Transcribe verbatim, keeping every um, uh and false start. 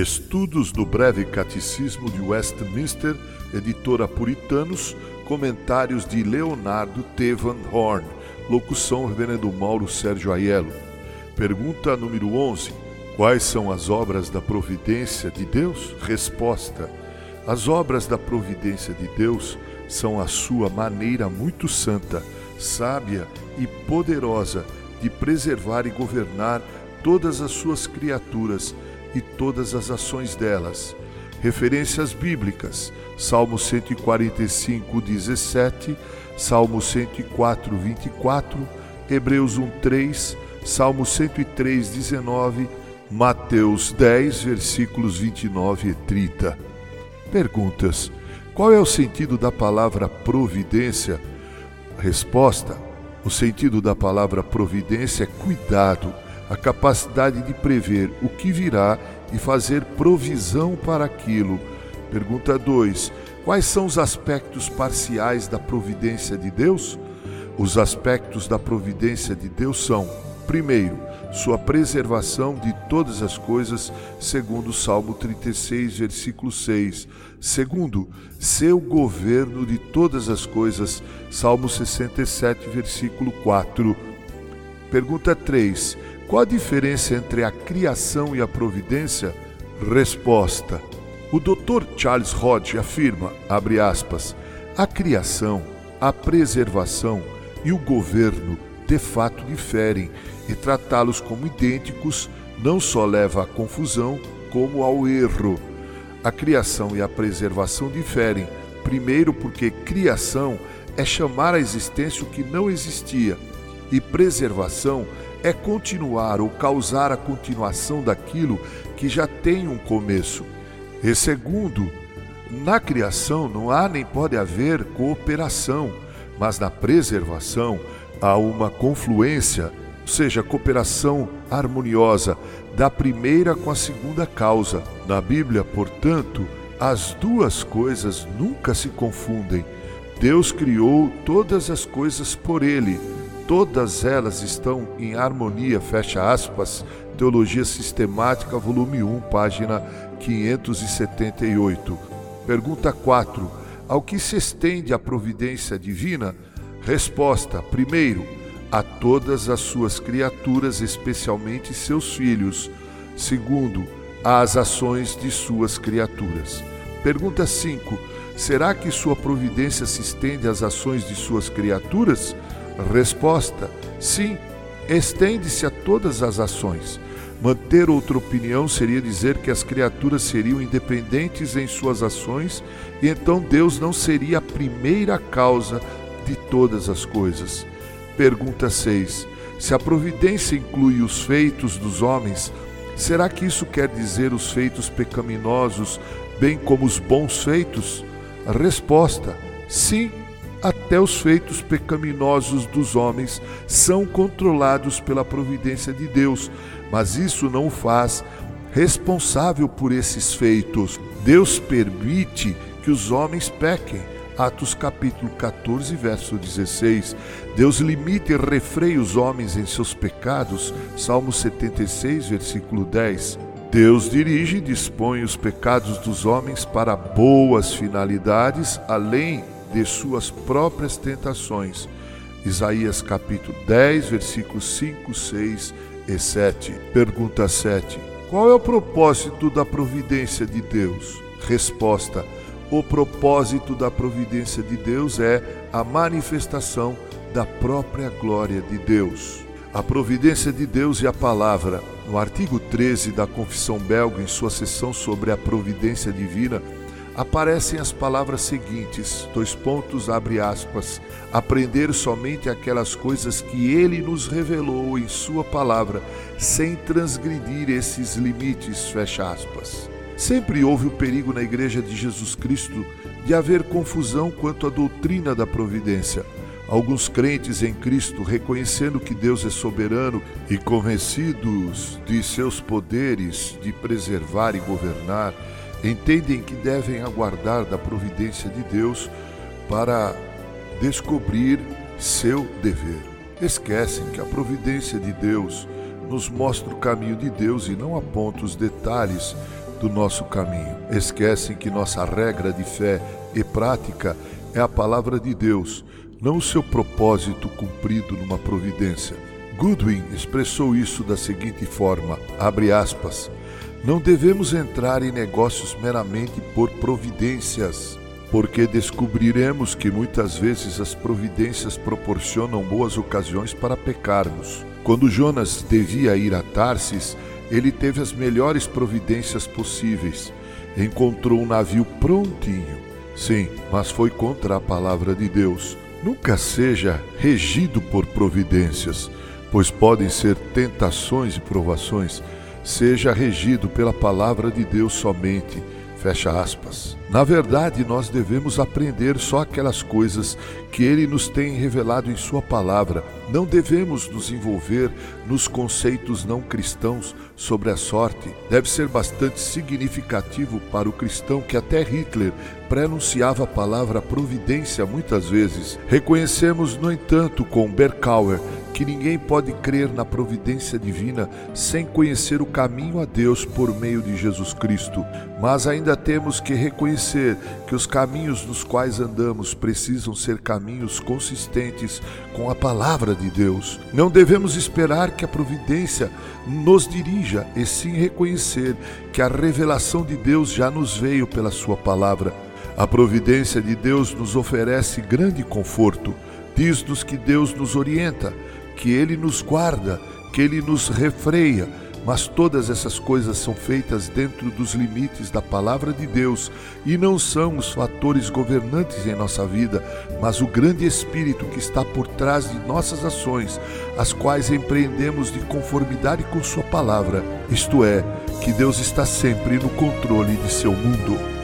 Estudos do Breve Catecismo de Westminster, editora Puritanos, comentários de Leonardo T. Van Horn, locução Reverendo Mauro Sérgio Aiello. Pergunta número onze. Quais são as obras da providência de Deus? Resposta. As obras da providência de Deus são a sua maneira muito santa, sábia e poderosa de preservar e governar todas as suas criaturas e todas as ações delas. Referências bíblicas: Salmo cento e quarenta e cinco, dezessete, Salmo cento e quatro, vinte e quatro, Hebreus um, três, Salmo cento e três, dezenove, Mateus dez, versículos vinte e nove e trinta. Perguntas: qual é o sentido da palavra providência? Resposta: o sentido da palavra providência é cuidado, a capacidade de prever o que virá e fazer provisão para aquilo. Pergunta dois. Quais são os aspectos parciais da providência de Deus? Os aspectos da providência de Deus são: primeiro, sua preservação de todas as coisas, segundo o Salmo trinta e seis, versículo seis. Segundo, seu governo de todas as coisas, Salmo sessenta e sete, versículo quatro. Pergunta três. Qual a diferença entre a criação e a providência? Resposta. O doutor Charles Hodge afirma, abre aspas, a criação, a preservação e o governo de fato diferem, e tratá-los como idênticos não só leva à confusão, como ao erro. A criação e a preservação diferem, primeiro porque criação é chamar à existência o que não existia, e preservação é continuar ou causar a continuação daquilo que já tem um começo. E segundo, na criação não há nem pode haver cooperação, mas na preservação há uma confluência, ou seja, cooperação harmoniosa da primeira com a segunda causa. Na Bíblia, portanto, as duas coisas nunca se confundem. Deus criou todas as coisas por Ele. Todas elas estão em harmonia, fecha aspas, Teologia Sistemática, volume um, página quinhentos e setenta e oito. Pergunta quatro. Ao que se estende a providência divina? Resposta. Primeiro, a todas as suas criaturas, especialmente seus filhos. Segundo, às ações de suas criaturas. Pergunta cinco. Será que sua providência se estende às ações de suas criaturas? Resposta: sim, estende-se a todas as ações. Manter outra opinião seria dizer que as criaturas seriam independentes em suas ações e então Deus não seria a primeira causa de todas as coisas. Pergunta seis. Se a providência inclui os feitos dos homens, será que isso quer dizer os feitos pecaminosos, bem como os bons feitos? Resposta: sim. Até os feitos pecaminosos dos homens são controlados pela providência de Deus, mas isso não o faz responsável por esses feitos. Deus permite que os homens pequem. Atos capítulo quatorze, verso dezesseis. Deus limita e refreia os homens em seus pecados. Salmo setenta e seis, versículo dez. Deus dirige e dispõe os pecados dos homens para boas finalidades, além de suas próprias tentações. Isaías capítulo dez, versículos cinco, seis e sete. Pergunta sete. Qual é o propósito da providência de Deus? Resposta: o propósito da providência de Deus é a manifestação da própria glória de Deus. A providência de Deus e a palavra. No artigo treze da Confissão Belga, em sua seção sobre a providência divina, aparecem as palavras seguintes, dois pontos, abre aspas, aprender somente aquelas coisas que Ele nos revelou em sua palavra, sem transgredir esses limites, fecha aspas. Sempre houve o perigo na Igreja de Jesus Cristo de haver confusão quanto à doutrina da providência. Alguns crentes em Cristo, reconhecendo que Deus é soberano e convencidos de seus poderes de preservar e governar, entendem que devem aguardar da providência de Deus para descobrir seu dever. Esquecem que a providência de Deus nos mostra o caminho de Deus e não aponta os detalhes do nosso caminho. Esquecem que nossa regra de fé e prática é a palavra de Deus, não o seu propósito cumprido numa providência. Goodwin expressou isso da seguinte forma, abre aspas, não devemos entrar em negócios meramente por providências, porque descobriremos que muitas vezes as providências proporcionam boas ocasiões para pecarmos. Quando Jonas devia ir a Tarsis, ele teve as melhores providências possíveis. Encontrou um navio prontinho. Sim, mas foi contra a palavra de Deus. Nunca seja regido por providências, pois podem ser tentações e provações. Seja regido pela palavra de Deus somente. Fecha aspas. Na verdade, nós devemos aprender só aquelas coisas que Ele nos tem revelado em Sua palavra. Não devemos nos envolver nos conceitos não cristãos sobre a sorte. Deve ser bastante significativo para o cristão que até Hitler prenunciava a palavra providência muitas vezes. Reconhecemos, no entanto, com Berkauer, que ninguém pode crer na providência divina sem conhecer o caminho a Deus por meio de Jesus Cristo. Mas ainda temos que reconhecer que os caminhos nos quais andamos precisam ser caminhos consistentes com a palavra de Deus. Não devemos esperar que a providência nos dirija, e sim reconhecer que a revelação de Deus já nos veio pela sua palavra. A providência de Deus nos oferece grande conforto. Diz-nos que Deus nos orienta, que Ele nos guarda, que Ele nos refreia, mas todas essas coisas são feitas dentro dos limites da palavra de Deus e não são os fatores governantes em nossa vida, mas o grande Espírito que está por trás de nossas ações, as quais empreendemos de conformidade com Sua palavra, isto é, que Deus está sempre no controle de seu mundo.